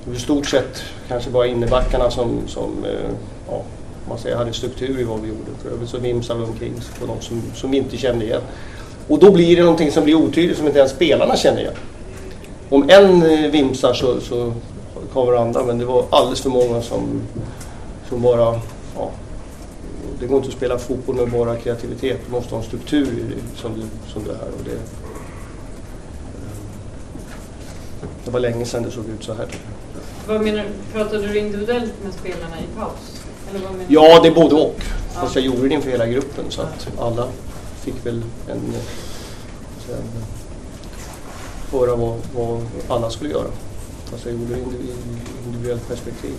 i stort sett kanske bara innebackarna som man säger, hade struktur i vad vi gjorde. För övrigt så vimsade vi omkring på de som vi inte kände igen. Och då blir det någonting som blir otydligt som inte ens spelarna känner igen. Om en vimsar så kommer andra, men det var alldeles för många som bara... Ja, det går inte att spela fotboll med bara kreativitet. Du måste ha en struktur som det här. Och det var länge sedan det såg ut så här. Vad menar du? Pratade du individuellt med spelarna i paus? Eller vad menar du? Ja, det är både och. Fast jag gjorde det inför hela gruppen så att alla fick väl höra vad alla skulle göra. Fast jag gjorde det i individuellt perspektiv.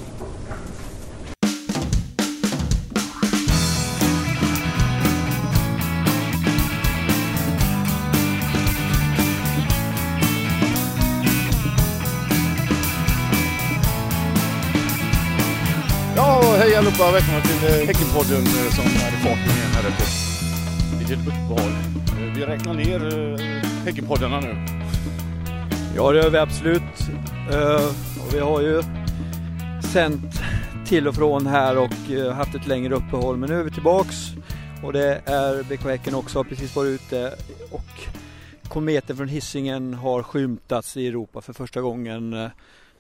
Hej allihopa, välkomna till Häckenpodden som är i farten igen här efter ett uppehåll. Vi räknar ner Häckenpoddarna nu. Ja, det gör vi absolut. Och vi har ju sänt till och från här och haft ett längre uppehåll. Men nu är vi tillbaks och det är BK Häcken också, har precis varit ute och kometen från Hisingen har skymtats i Europa för första gången.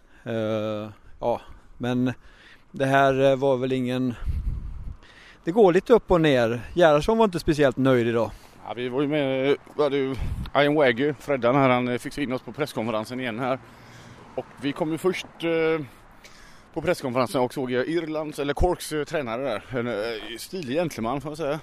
Men det här var väl ingen... Det går lite upp och ner. Gerhardsson var inte speciellt nöjd idag. Ja, vi var ju med... Ian Waggy, Freddan här, han fick in oss på presskonferensen igen här. Och vi kom ju först på presskonferensen och såg Irlands, eller Corks tränare där. En stilig gentleman får man säga.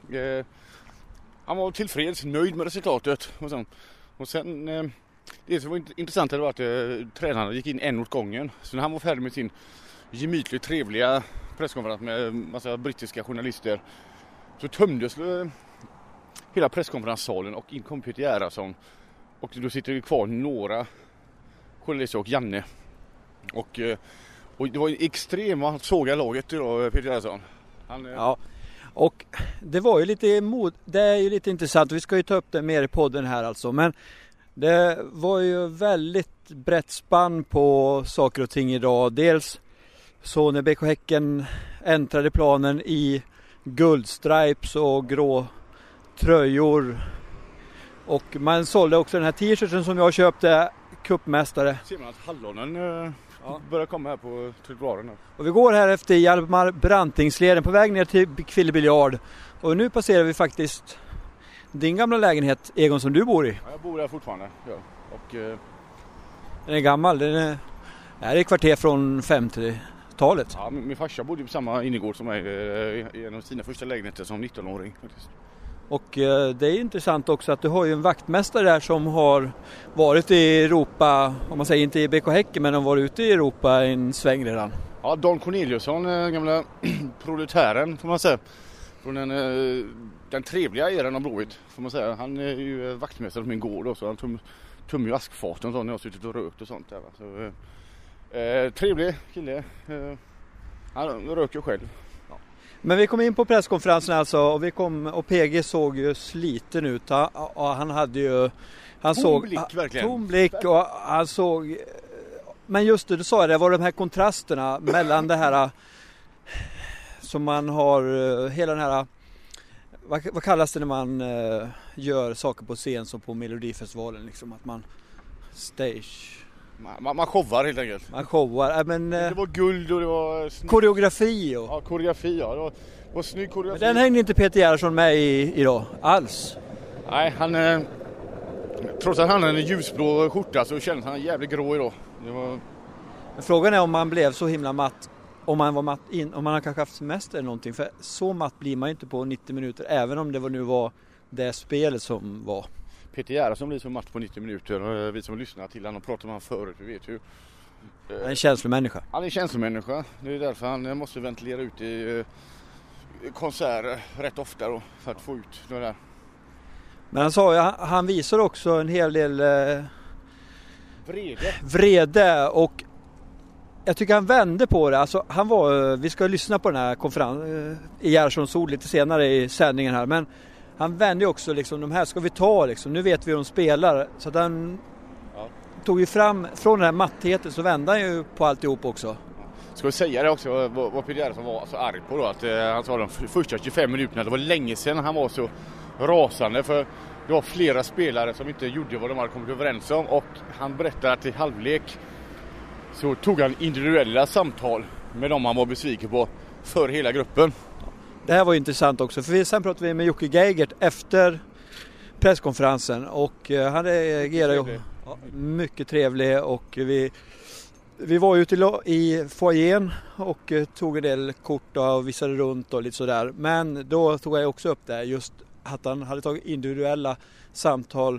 Han var tillfreds, nöjd med resultatet. Och sen det som var intressant var att tränarna gick in en åt gången. Så när han var färdig med sin gemytligt trevliga presskonferens med massa brittiska journalister så tömdes hela presskonferenssalen och in kom Peter Gerhardsson och då sitter det kvar några journalister och Janne och det var en extrema såga laget idag, Peter Gerhardsson. Ja, och det var ju lite det är ju lite intressant, vi ska ju ta upp det mer i podden här alltså, men det var ju väldigt brett spann på saker och ting idag. Dels så när BK Häcken äntrade planen i guldstripes och grå tröjor. Och man sålde också den här t-shirten som jag köpte, cupmästare. Ser man att hallonen börjar komma här på trottoaren. Och vi går här efter Hjalmar Brantingsleden på väg ner till Kville Biljard. Och nu passerar vi faktiskt din gamla lägenhet, Egon, som du bor i. Ja, jag bor där fortfarande. Ja. Och, den är gammal, det är kvarter från 50-talet. Ja, min farsa bodde på samma innergård som mig i en av sina första lägenheter som 19-åring faktiskt. Och det är intressant också att du har ju en vaktmästare där som har varit i Europa, om man säger inte i BK Häcken, men har varit ute i Europa i en sväng redan. Ja, Don Corneliusson, gamla proletären får man säga. Från den trevliga eran av Blåvitt får man säga. Han är ju vaktmästare på min gård och så han tummar ju askfaten och så när jag har suttit och rökt och sånt där. Så, trevlig kille. Han röker själv. Ja. Men vi kom in på presskonferensen alltså och PG såg ju sliten ut. Han hade ju tom blick och han såg, men just det du sa, det var de här kontrasterna mellan det här som man har, hela den här, vad kallas det när man gör saker på scen som på Melodifestivalen liksom, att man stage. Man showar helt enkelt. Man showar, men det var guld och det var koreografi och... Ja, koreografi, ja. Det var snygg koreografi. Men den hängde inte Peter Gerhardsson med i idag alls. Nej, han trots att han hade en ljusblå skjorta så kändes han jävligt grå idag. Men frågan är om man blev så himla matt, om man var matt om man har kanske haft semester eller någonting, för så matt blir man inte på 90 minuter även om det nu var det spelet som var. Peter Gerhardsson blir så matt på 90 minuter. Vi som lyssnar till honom och pratar med honom förut, vi vet ju. Han är en känslomänniska. Han är en känslomänniska. Det är därför han måste ventilera ut i konserter rätt ofta då, för att få ut det där. Men han sa ju, han visar också en hel del vrede och jag tycker han vände på det. Alltså, vi ska lyssna på den här konferensen i Gerhardssons ord lite senare i sändningen här, men han vände också liksom, de här ska vi ta liksom, nu vet vi hur de spelar, så att han tog ju fram, från den här mattheten så vände han ju på alltihop också. Ska vi säga det också, vad Peter Gerhardsson var så arg på då, att han sa de första 25 minuterna, det var länge sedan han var så rasande, för det var flera spelare som inte gjorde vad de hade kommit överens om, och han berättade att i halvlek så tog han individuella samtal med dem han var besviken på för hela gruppen. Det här var ju intressant också, för sen pratade vi med Jocke Geigert efter presskonferensen och han reagerade ju mycket trevlig, och vi var ute i foajén och tog en del kort och visade runt och lite sådär. Men då tog jag också upp det, just att han hade tagit individuella samtal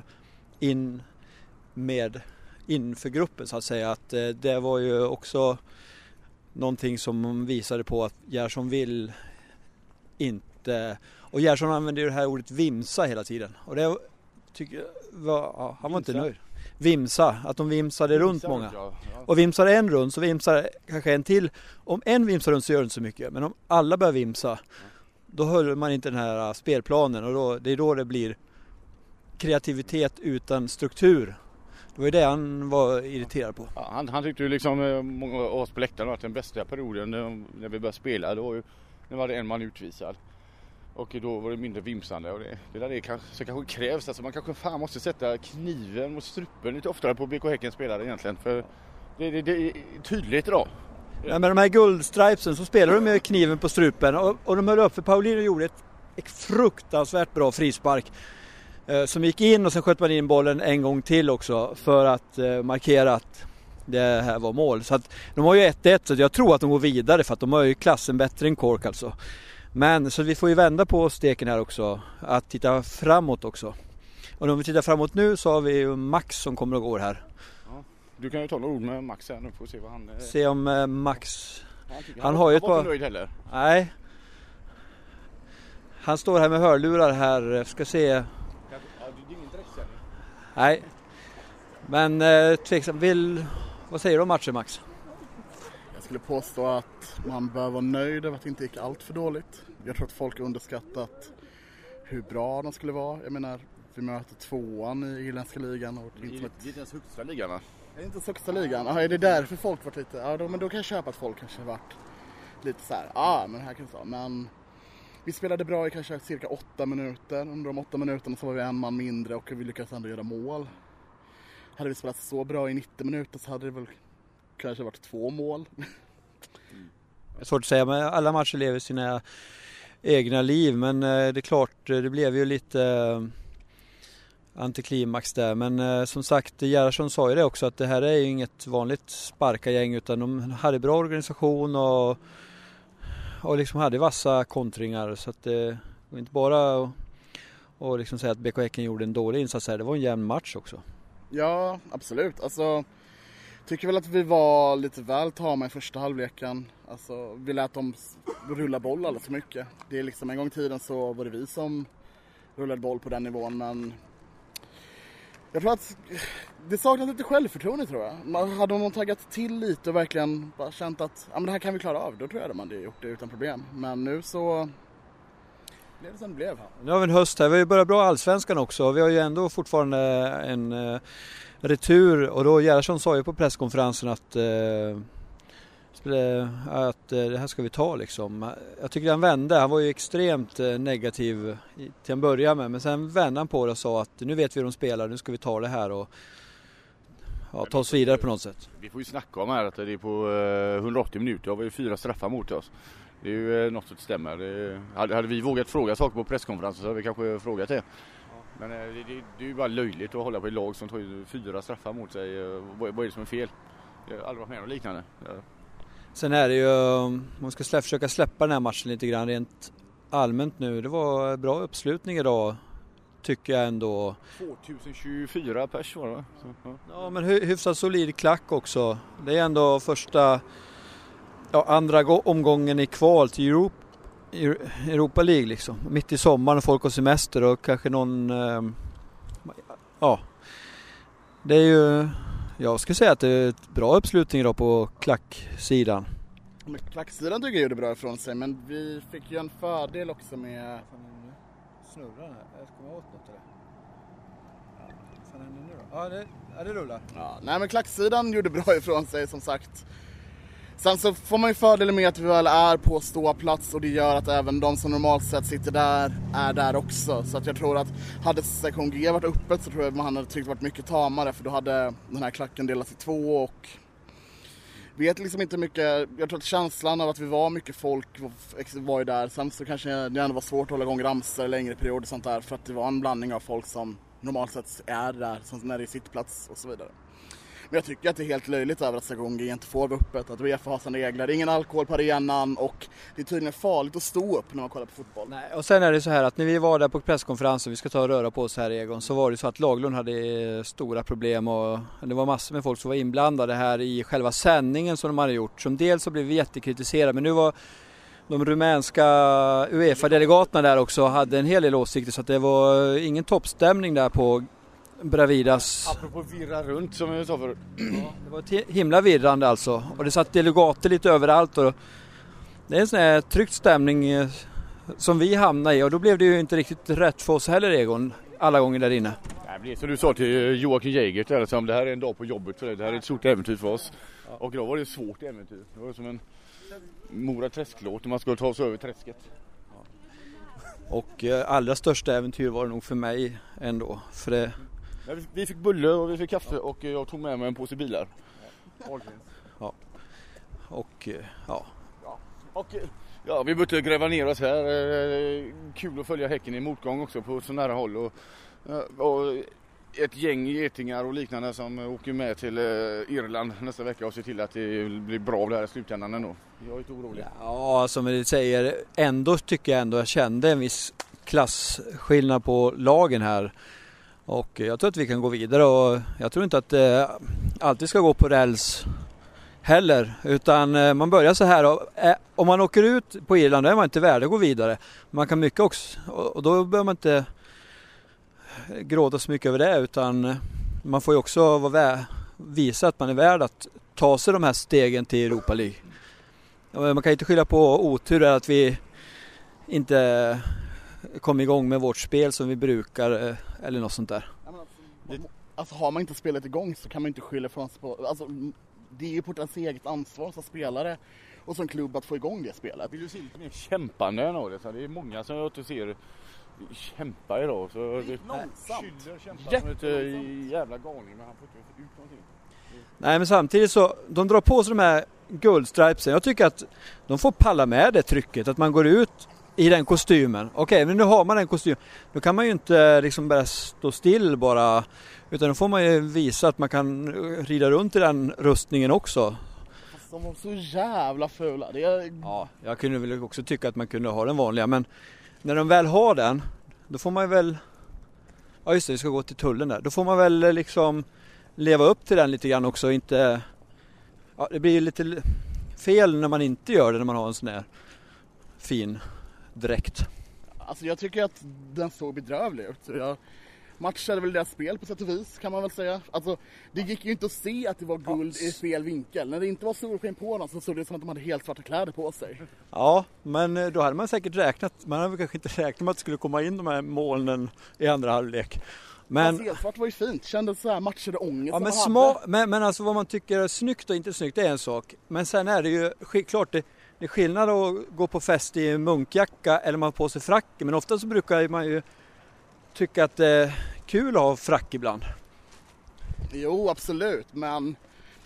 inför gruppen så att säga. Att det var ju också någonting som visade på att Gerhardsson vill inte... Och Gerhardsson använde ju det här ordet vimsa hela tiden. Och det tycker jag var... han var inte nöjd. Vimsa, att de vimsade runt många. Och vimsade en runt så vimsade kanske en till. Om en vimsar runt så gör det inte så mycket. Men om alla börjar vimsa, då höll man inte den här spelplanen. Och det är då det blir kreativitet utan struktur. Det var ju det han var irriterad på. Ja, han tyckte ju liksom många av oss på läktaren att den bästa perioden när vi började spela, då var ju när var det en man utvisad. Och då var det mindre vimsande, och det där kanske krävs. Alltså man kanske fan måste sätta kniven mot strupen lite oftare på BK Häckens spelare egentligen. För det är tydligt idag. Ja, med de här guldstripesen så spelar de med kniven på strupen. Och de höll upp, för Paulino gjorde ett fruktansvärt bra frispark. Som gick in, och sen sköt man in bollen en gång till också för att markera att det här var mål. Så att de har ju 1-1, så jag tror att de går vidare, för att de har ju klassen bättre än Cork alltså. Men så vi får ju vända på steken här också, att titta framåt också. Och om vi tittar framåt nu så har vi ju Max som kommer och går här. Ja, du kan ju ta några ord med Max här nu, får se vad han... Se om Max... Han har ju ett par... nöjd heller. Nej. Han står här med hörlurar här, ska se... Ja, det är ingen direktsändning. Nej. Men tveksam, vad säger du om matchen, Max? Jag skulle påstå att man bör vara nöjd över att det inte gick allt för dåligt. Jag tror att folk har underskattat hur bra de skulle vara. Jag menar, vi möter 2:an i irländska ligan. Och det är inte ens högsta ligan, va? Det är inte ens högsta ligan. Är det därför folk varit lite... Ja, men då kan jag köpa att folk kanske varit lite så här... men här kan jag säga. Men vi spelade bra i kanske cirka 8 minuter. Under de 8 minuterna så var vi en man mindre och vi lyckades ändå göra mål. Hade vi spelat så bra i 90 minuter så hade det väl kanske varit 2 mål. Det är svårt att säga, men alla matcher lever sina egna liv. Men det är klart, det blev ju lite antiklimax där. Men som sagt, Gerhardsson sa ju det också, att det här är ju inget vanligt sparkagäng, utan de hade bra organisation och liksom hade vassa kontringar. Så att det var inte bara att liksom säga att BK Häcken gjorde en dålig insats här. Det var en jämn match också. Ja, absolut. Alltså, tycker väl att vi var lite väl tama i första halvleken. Alltså, vi lät dem rulla boll alldeles för mycket. Det är liksom, en gång i tiden så var det vi som rullade boll på den nivån, men jag tror att det saknas lite självförtroende, tror jag. Hade de taggat till lite och verkligen bara känt att det här kan vi klara av, då tror jag att man hade gjort det utan problem. Men nu så blev det som det blev. Nu har vi en höst här, vi har ju börjat bra Allsvenskan också. Vi har ju ändå fortfarande en retur, och då Gerhardsson sa ju på presskonferensen att det här ska vi ta liksom. Jag tycker han vände, han var ju extremt negativ till en början med, men sen vände han på det och sa att nu vet vi hur de spelar, nu ska vi ta det här och ta oss vidare på något sätt. Vi får ju snacka om här att det är på 180 minuter, det var ju 4 straffar mot oss. Det är ju något som stämmer. Hade vi vågat fråga saker på presskonferensen så hade vi kanske frågat det. Men det är ju bara löjligt att hålla på ett lag som tar 4 straffar mot sig. Vad är det som är fel? Jag har aldrig varit med om liknande. Ja. Sen är det ju, man ska försöka släppa den här matchen lite grann rent allmänt nu. Det var bra uppslutning idag, tycker jag ändå. 2024 pers var det, va? Ja, men hyfsat solid klack också. Det är ändå andra omgången i kval till Europa League liksom. Mitt i sommaren och folk har semester och kanske någon... Det är ju... Jag skulle säga att det är ett bra uppslutning då på klacksidan. Men klacksidan tycker jag gjorde bra ifrån sig, men vi fick ju en fördel också med... Snurrar här, jag ska komma åt något där. fan händer nu då? Ja, det rullar. Ja, nej, men klacksidan gjorde bra ifrån sig som sagt. Sen så får man ju fördelen med att vi väl är på ståplats och det gör att även de som normalt sett sitter där är där också. Så att jag tror att hade sektion G varit öppet så tror jag att man hade tyckt varit mycket tamare, för då hade den här klacken delats i 2 och vet liksom inte mycket. Jag tror att känslan av att vi var mycket folk var ju där. Sen så kanske det ändå var svårt att hålla igång ramsor längre perioder och sånt där, för att det var en blandning av folk som normalt sett är där, som när det är sittplats och så vidare. Men jag tycker att det är helt löjligt över att sektion G inte får vara öppet, att UEFA har sina regler. Ingen alkohol på arenan och det är tydligen farligt att stå upp när man kollar på fotboll. Nej, och sen är det så här att när vi var där på presskonferensen, vi ska ta och röra på oss här Egon, så var det så att Laglund hade stora problem och det var massor med folk som var inblandade här i själva sändningen som de hade gjort. Som dels så blev vi jättekritiserade, men nu var de rumänska UEFA-delegaterna där också hade en hel del åsikter, så att det var ingen toppstämning där på Bravidas. Apropå virra runt som jag sa förut. Ja, det var himla virrande alltså. Och det satt delegater lite överallt. Och det är en sån här tryckt stämning som vi hamnar i. Och då blev det ju inte riktigt rätt för oss heller, Egon, alla gånger där inne. Nej, så du sa till Joakim Jägert alltså, det här är en dag på jobbet för det här är ett stort äventyr för oss. Och då var det ett svårt äventyr. Det var som en Mora träsklåt när man skulle ta sig över träsket. Och allra största äventyr var det nog för mig ändå. För det... Vi fick bulle och vi fick kaffe och jag tog med mig en påse bilar. Ja. Och ja. Och ja, vi började gräva ner oss här. Kul att följa Häcken i motgång också på så nära håll. Och ett gäng getingar och liknande som åker med till Irland nästa vecka och ser till att det blir bra där i slutändan ändå. Jag är inte orolig. Ja, som vi säger, ändå tycker jag ändå jag kände en viss klassskillnad på lagen här. Och jag tror att vi kan gå vidare och jag tror inte att det alltid ska gå på räls heller. Utan man börjar så här och om man åker ut på Irland då är man inte värd att gå vidare. Man kan mycket också och då behöver man inte gråta så mycket över det, utan man får ju också visa att man är värd att ta sig de här stegen till Europa League. Man kan inte skylla på otur att vi inte kom igång med vårt spel som vi brukar eller något sånt där. Alltså har man inte spelat igång så kan man inte skylla från sig på, alltså det är ju på ens eget ansvar som spelare och som klubb att få igång det spelet. Vill du se lite mer kämpande än det? Så det är många som jag inte ser kämpa idag. Så det är långsamt. Kämpar som ett jävla galning, men han får inte ut någonting. Nej, men samtidigt så de drar på sig de här guldstripesen. Jag tycker att de får palla med det trycket, att man går ut i den kostymen. Okej, men nu har man den kostymen. Då kan man ju inte liksom bara stå still bara, utan då får man ju visa att man kan rida runt i den rustningen också. De var så jävla fula. Ja, jag kunde väl också tycka att man kunde ha den vanliga, men när de väl har den, då får man väl, ja just det, vi ska gå till tullen där. Då får man väl liksom leva upp till den lite grann också, inte, ja, det blir lite fel när man inte gör det när man har en sån här fin dräkt. Alltså jag tycker att den såg bedrövlig ut. Jag matchade väl deras spel på sätt och vis, kan man väl säga. Alltså det gick ju inte att se att det var guld i fel vinkel. När det inte var solsken på dem så såg det som att de hade helt svarta kläder på sig. Ja, men då hade man säkert räknat. Man hade kanske inte räknat med att det skulle komma in de här molnen i andra halvlek. Men svart var ju fint. Kändes så här matchade ångest. Ja, men alltså vad man tycker är snyggt och inte snyggt, det är en sak. Men sen är det ju klart det är skillnad att gå på fest i munkjacka eller man har på sig frack. Men ofta så brukar man ju tycka att det är kul att ha frack ibland. Jo, absolut, men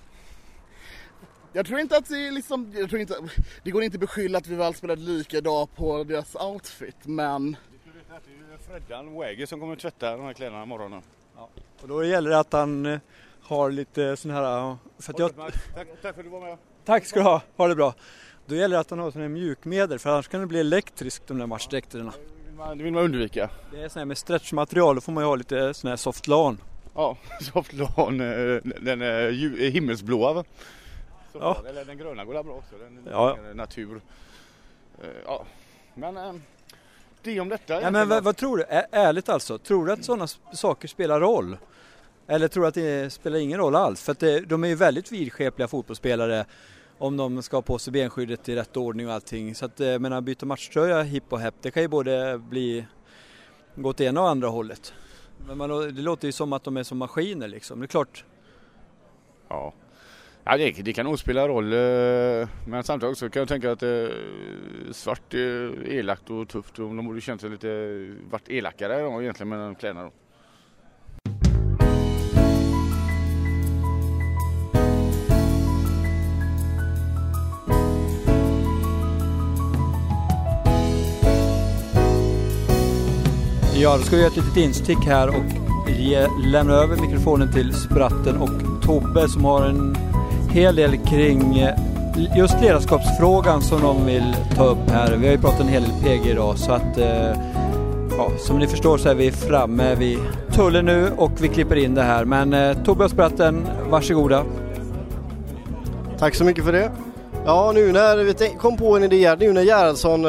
jag tror inte att det är liksom, det går inte att beskylla att vi väl spelade lika idag på deras outfit, men det är ju Freddan Wäger som kommer att tvätta de här kläderna imorgon. Ja. Och då gäller det att han har lite sån här, för att tack för att du var med. Tack ska du ha det bra. Då gäller det att han har sån här mjukmedel, för annars kan det bli elektriskt de där matchdräkterna. Det vill man undvika. Det är sån här med stretchmaterial, då får man ju ha lite sån här softlan. Ja, softlan, den är himmelsblåa va? Ja. Eller den gröna går bra också, den är natur. Ja, men det om detta. Ja, men vad tror du? Ärligt alltså, tror du att sådana saker spelar roll? Eller tror du att det spelar ingen roll alls? För att de är ju väldigt vidskepliga fotbollsspelare om de ska ha på sig benskyddet i rätt ordning och allting. Så att byta matchtröja hipp och häpp, det kan ju både gå åt ena och andra hållet. Men det låter ju som att de är som maskiner liksom, det är klart. Ja, det kan nog spela roll, men samtidigt också kan jag tänka att Svart är elakt och tufft, och de borde känt sig varit elakare egentligen med de kläderna då. Ja, då ska vi göra ett litet instick här och lämna över mikrofonen till Spratten och Tobbe som har en hel del kring just ledarskapsfrågan som de vill ta upp här. Vi har ju pratat en hel del PG idag, så att som ni förstår så är vi framme vid tullen nu och vi klipper in det här. Men Tobbe och Spratten, varsågoda. Tack så mycket för det. Ja, nu när vi kom på en idé, nu när Gerhardsson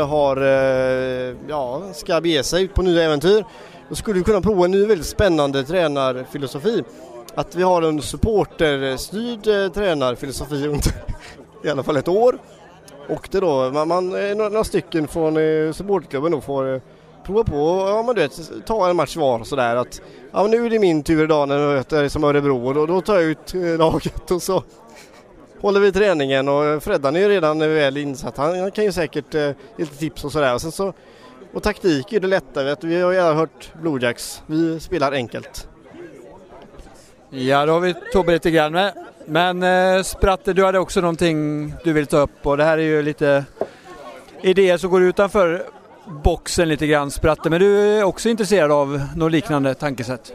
ska bege sig ut på nya äventyr, då skulle vi kunna prova en ny väldigt spännande tränarfilosofi. Att vi har en supporterstyrd tränarfilosofi under i alla fall ett år. Och det då, några stycken från supporterklubben då får prova på, ta en match var sådär att nu är det min tur idag när jag möter som Örebro, och då tar jag ut laget och så håller vi träningen, och Freddan är ju redan väl insatt. Han kan ju säkert lite tips och sådär. Och taktik är det lättare. Vi har ju alla hört Blue Jacks. Vi spelar enkelt. Ja, då har vi Tobbe lite grann med. Men Spratte, du hade också någonting du vill ta upp. Och det här är ju lite idéer som går utanför boxen lite grann, Spratte. Men du är också intresserad av något liknande tankesätt.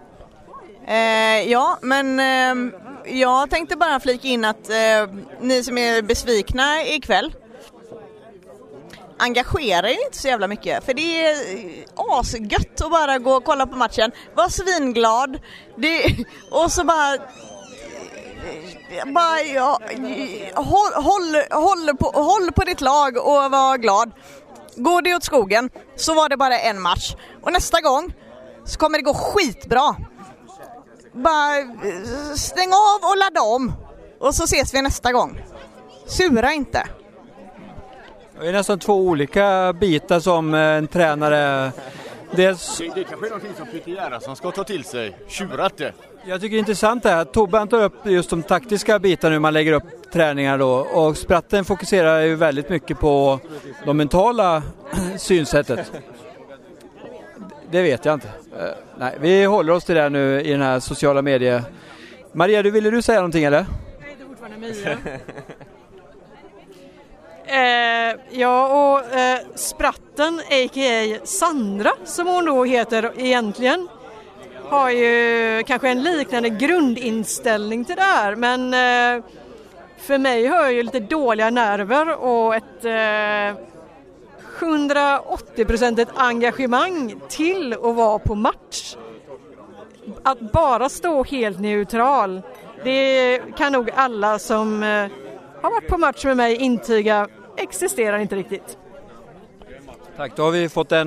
Jag tänkte bara flika in att ni som är besvikna ikväll, engagera er inte så jävla mycket, för det är asgött att bara gå och kolla på matchen, var svinglad och så håll på ditt lag och var glad. Går det åt skogen så var det bara en match, och nästa gång så kommer det gå skitbra. Bara stäng av och ladda om, och så ses vi nästa gång. Sura inte. Det är nästan två olika bitar som en tränare. Det kanske är någonting som Peter Gerhardsson ska ta till sig. Tjurat det. Jag tycker det är intressant det här. Tobbe tar upp just de taktiska bitarna hur man lägger upp träningar då. Och Spratten fokuserar ju väldigt mycket på de mentala synsättet. Det vet jag inte. Nej, vi håller oss till det nu i den här sociala medier. Maria, ville du säga någonting eller? Jag heter fortfarande Mia. Spratten, a.k.a. Sandra, som hon då heter egentligen, har ju kanske en liknande grundinställning till det här. Men för mig har jag ju lite dåliga nerver och ett 180% engagemang till att vara på match. Att bara stå helt neutral, det kan nog alla som har varit på match med mig intyga, existerar inte riktigt. Tack, då har vi fått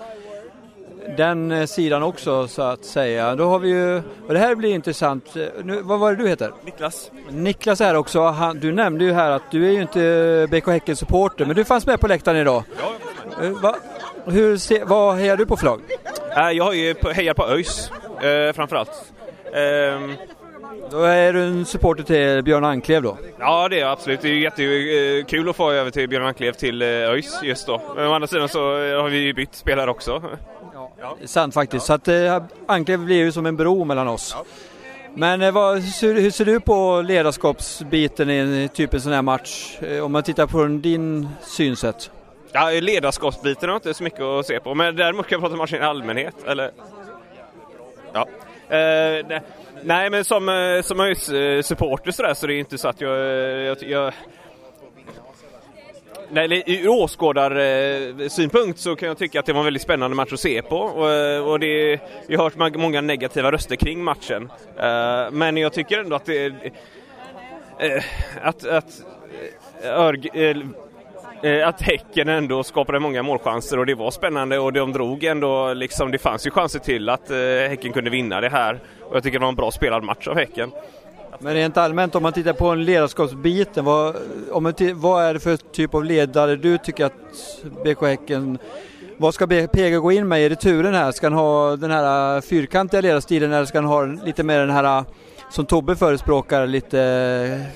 den sidan också så att säga. Då har vi ju, och det här blir intressant. Nu, vad var det du heter? Niklas är också. Du nämnde ju här att du är ju inte BK Häcken supporter, men du fanns med på läktaren idag. Ja. Vad hejar du på för lag? Jag har ju hejar på ÖIS framförallt. Då är du en supporter till Björn Anklev då? Ja, det är absolut. Det är jättekul att få över till Björn Anklev till ÖIS just då. Men å andra sidan så har vi ju bytt spelare också. Ja. Det är sant faktiskt. Så att Anklev blir ju som en bro mellan oss. Ja. Men hur ser du på ledarskapsbiten i typ en sån här match? Om man tittar på din synsätt. Ja, ledarskapsbiten har inte så mycket att se på. Men däremot kan jag prata om matchen i allmänhet. Eller? Ja. Nej, men som supporter så är det inte så att jag nej, ur åskådarsynpunkt så kan jag tycka att det var en väldigt spännande match att se på, och vi har hört många negativa röster kring matchen, men jag tycker ändå att att Häcken ändå skapade många målchanser, och det var spännande, och de drog ändå liksom, det fanns ju chanser till att Häcken kunde vinna det här, och jag tycker det var en bra spelad match av Häcken. Men rent allmänt, om man tittar på en ledarskapsbiten, vad är det för typ av ledare du tycker att BK Häcken Vad ska PG gå in med i returen här? Ska han ha den här fyrkantiga ledarstilen eller ska han ha lite mer den här som Tobbe förespråkar, lite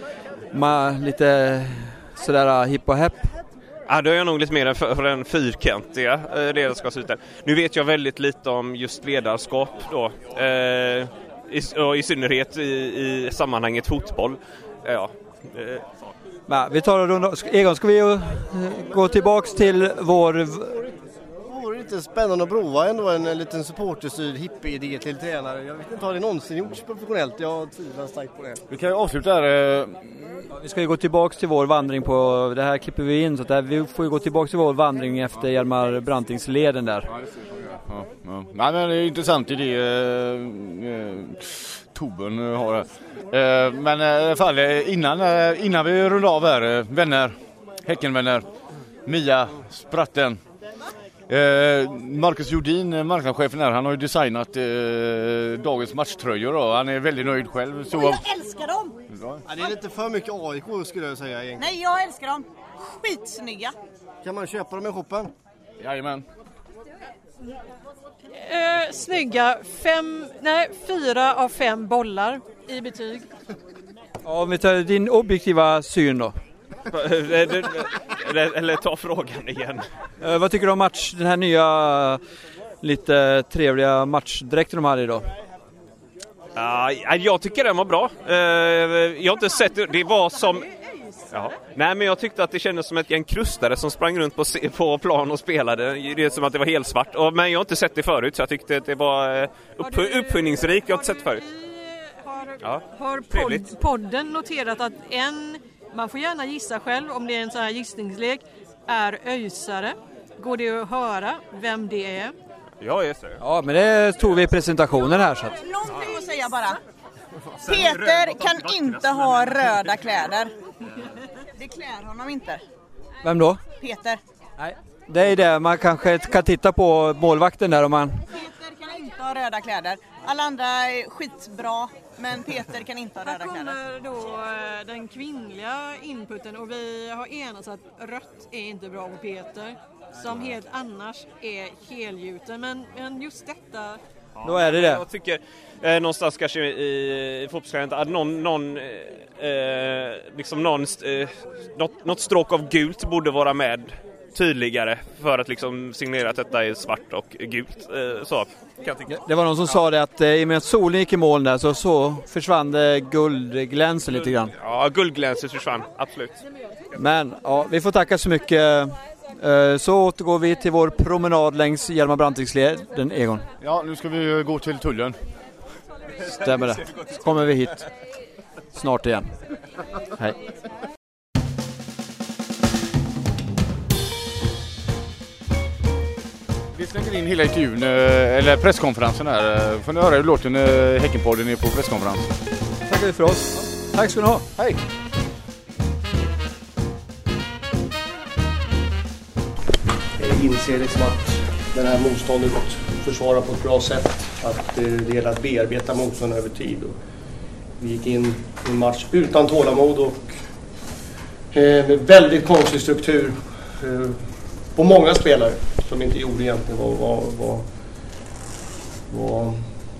sådär hipp och häpp? Ja, då är jag nog lite mer för den fyrkantiga ledarskapsytan. Nu vet jag väldigt lite om just ledarskap då. I synnerhet i sammanhanget fotboll. Ja. Vi tar en runda. Egon, ska vi gå tillbaks till vår... Vore det inte spännande att prova ändå en liten supporterstyrd hippie-idé till tränare? Jag vet inte, har det någonsin gjorts professionellt? Jag tvivlar starkt på det. Vi kan ju avsluta här. Vi ska ju gå tillbaks till vår vandring på... Det här klipper vi in, så att vi får ju gå tillbaks till vår vandring efter Hjalmar Brantingsleden där. Ja. Nej, men det är intressant idé Toben har här. Men i alla fall innan vi rundar av här, vänner, Häckenvänner, Mia, Spratten, Marcus Jordin, marknadschefen här, han har ju designat dagens matchtröjor då. Han är väldigt nöjd själv. Så... Jag älskar dem! Ja, det är lite för mycket AIK skulle jag säga egentligen. Nej, jag älskar dem. Skitsnygga. Kan man köpa dem i shoppen? Jajamän. Snygga 4 av 5 bollar i betyg. Ja, om vi tar din objektiva syn då. Eller ta frågan igen. Vad tycker du om den här nya lite trevliga matchdräkten de hade idag? Jag tycker den var bra. Jag har inte sett det var som... Ja. Nej, men jag tyckte att det kändes som ett gäng krustare som sprang runt på plan och spelade. Det är som att det var helt svart. Men jag har inte sett det förut, så jag tyckte att det var uppfinningsrikt. Jag har inte sett förut. Har podden noterat att man får gärna gissa själv om det är en sån här gissningslek, är öjsare. Går det att höra vem det är? Ja, just det. Ja, men det tog vi i presentationen här. Så att... Någonting att säga bara. Peter kan inte ha röda kläder. Det klär honom inte. Vem då? Peter. Nej, det är det. Man kanske kan titta på målvakten där om man... Peter kan inte ha röda kläder. Alla andra är skitbra, men Peter kan inte ha röda kläder. Här kommer då den kvinnliga inputen och vi har enats att rött är inte bra på Peter. Som helt annars är helgjuten. Men just detta... Då är det. Jag tycker någonstans kanske i fotbollskarriären att något stråk av gult borde vara med tydligare för att liksom signera att detta är svart och gult. Så kan jag tycka. Det var någon som sa det att i och med att solen gick i mål där så försvann det guldglänsen lite grann. Ja, guldglänset försvann, absolut. Men ja, vi får tacka så mycket. Så återgår vi till vår promenad längs Hjalmar Brantingsleden, Egon. Ja, nu ska vi gå till tullen. Stämmer det. Så kommer vi hit snart igen. Hej. Vi slänger in hela intervjun, eller presskonferensen här. Får ni höra hur låter när Häckenpodden är på presskonferens. Tackar vi för oss. Tack ska ni ha. Hej. Jag inser liksom att den här motståndet försvarar på ett bra sätt. Att det gäller att bearbeta motstånd över tid. Och vi gick in i en match utan tålamod och med väldigt konstig struktur på många spelare som inte gjorde egentligen vad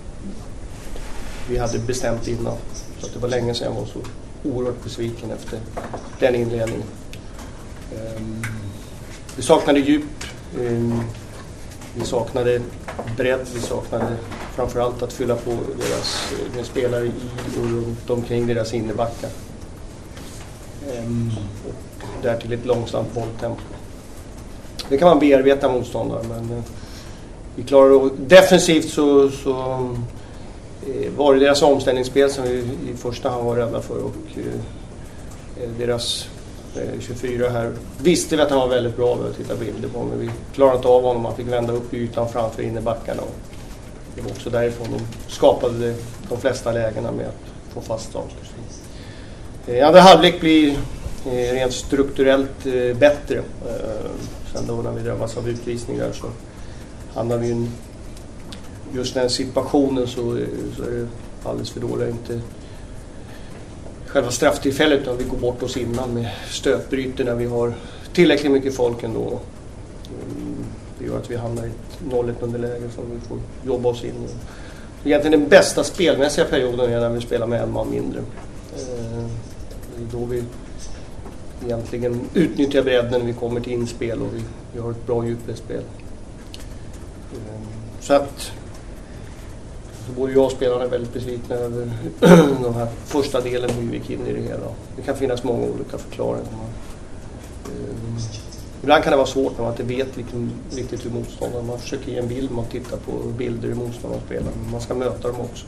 vi hade bestämt innan. Så att det var länge sedan jag var så oerhört besviken efter den inledningen. Vi saknade djup, vi saknade bredd, vi saknade framförallt att fylla på deras spelare i och runt omkring deras innebackar. Och därtill ett långsamt bolltempo. Det kan man bearbeta motståndare, men vi klarar att defensivt så var det deras omställningsspel som vi i första hand var rädda för, och deras 24 här visste vi att han var väldigt bra att titta bilder på, men vi klarade inte av honom. Man fick vända upp ytan framför innebackarna, och det var också därifrån de skapade de flesta lägena med att få fast saker. Andra halvlek blir rent strukturellt bättre. Sen då när vi drabbas av utvisning där så hamnar vi i just den situationen så är det alldeles för dåligt. Inte själva strafftillfället, utan vi går bort oss innan med stötbryter när vi har tillräckligt mycket folk ändå. gör att vi hamnar i ett 0-1 underläge som vi får jobba oss in i. Egentligen den bästa spelmässiga perioden är när vi spelar med en man mindre. Då vi egentligen utnyttjar bredden när vi kommer till inspel och vi har ett bra djupledsspel. Så att så både jag och spelarna är väldigt besvikna över den här första delen hur vi gick in i det hela. Det kan finnas många olika förklaringar. Ibland kan det vara svårt när man inte vet riktigt hur motståndaren. Man försöker ge en bild, man tittar på bilder i motståndaren spelar. Men man ska möta dem också.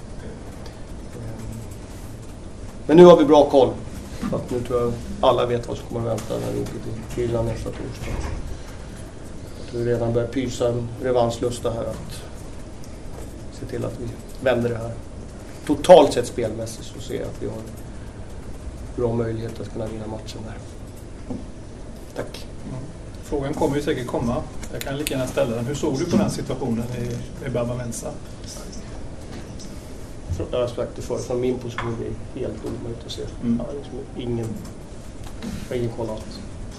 Men nu har vi bra koll. Så att nu tror jag alla vet vad som kommer att vänta när vi åker till Irland nästa torsdag. Jag tror vi redan börjar pysa en revanslusta här att se till att vi vänder det här. Totalt sett spelmässigt så ser jag att vi har bra möjlighet att kunna vinna matchen där. Tack. Frågan kommer ju säkert komma. Jag kan lika gärna ställa den. Hur såg du på den situationen i Barbarensa? Jag har sagt det förut, från min position är det helt omöjligt att se. Jag har ingen koll alls.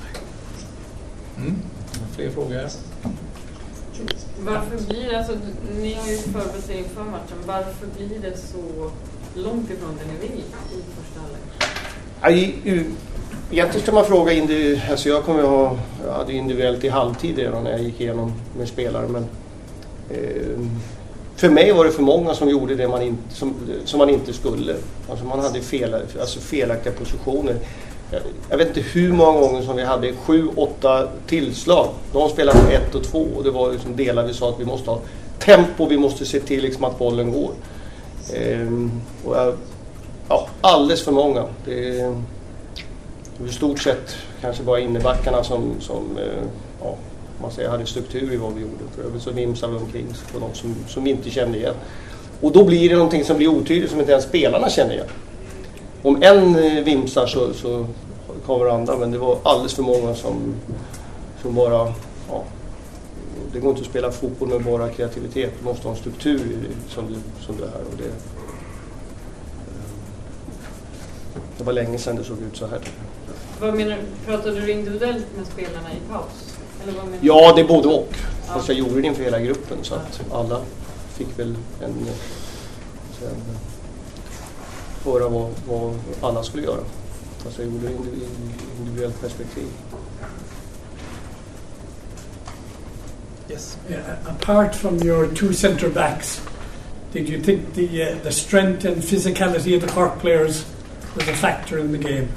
Fler frågor? Varför blir det, alltså, ni har ju förberett er inför matchen, varför blir det så långt ifrån det ni vill i första halvlek? Egentligen ska man fråga, alltså jag hade individuellt i halvtid redan när jag gick igenom med spelare, men för mig var det för många som gjorde det som man inte skulle. Alltså man hade felaktiga positioner. Jag vet inte hur många gånger som vi hade 7-8 tillslag. De spelade 1 och 2 och det var liksom delar vi sa att vi måste ha tempo, vi måste se till liksom att bollen går. Alldeles för många. Det är i stort sett kanske bara innebackarna som man säger, hade struktur i vad vi gjorde. För övrigt så vimsade vi omkring på något som vi inte kände igen. Och då blir det någonting som blir otydligt som inte ens spelarna känner igen. Om en vimsar så kommer andra, men det var alldeles för många som bara... Ja, det går inte att spela fotboll med bara kreativitet. Du måste ha en struktur som det här. Och det var länge sedan det såg ut så här. Vad menar du? Pratade du individuellt med spelarna i paus? Eller vad menar du? Ja, det är både och. Ja. Fast jag gjorde det inför hela gruppen så att alla fick väl höra vad alla skulle göra. Fast jag gjorde det i individuellt perspektiv. Yes. Apart from your two centre backs, did you think the strength and physicality of the Cork players was a factor in the game?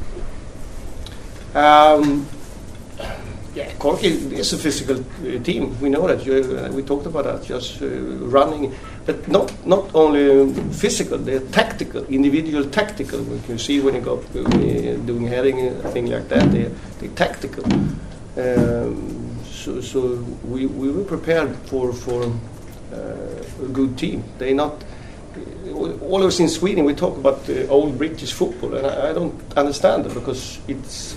Yeah, Cork is a physical team. We know that. We talked about that. Just running, but not only physical. They're tactical, individual tactical. We can see when you go doing heading, thing like that. They're tactical. So we were prepared for a good team. They're not. All of us in Sweden, we talk about old British football, and I don't understand it because it's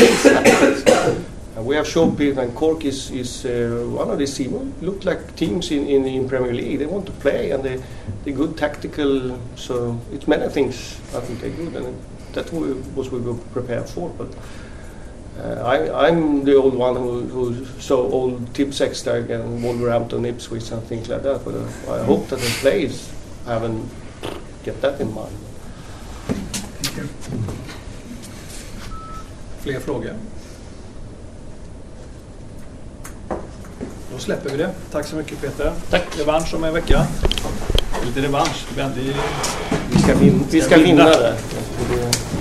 we have shown people, and Cork is one of these teams. Look like teams in Premier League. They want to play, and they're good tactical. So it's many things I think they're good, and that was we were prepared for. But I'm the old one who saw old Tips Extra and Wolverhampton, Ipswich, and things like that. But I hope that the players haven't get that in mind. Thank you. Fler frågor? Då släpper vi det. Tack så mycket Peter. Tack. Revansch om en vecka. Lite revansch. Vi ska vinna det.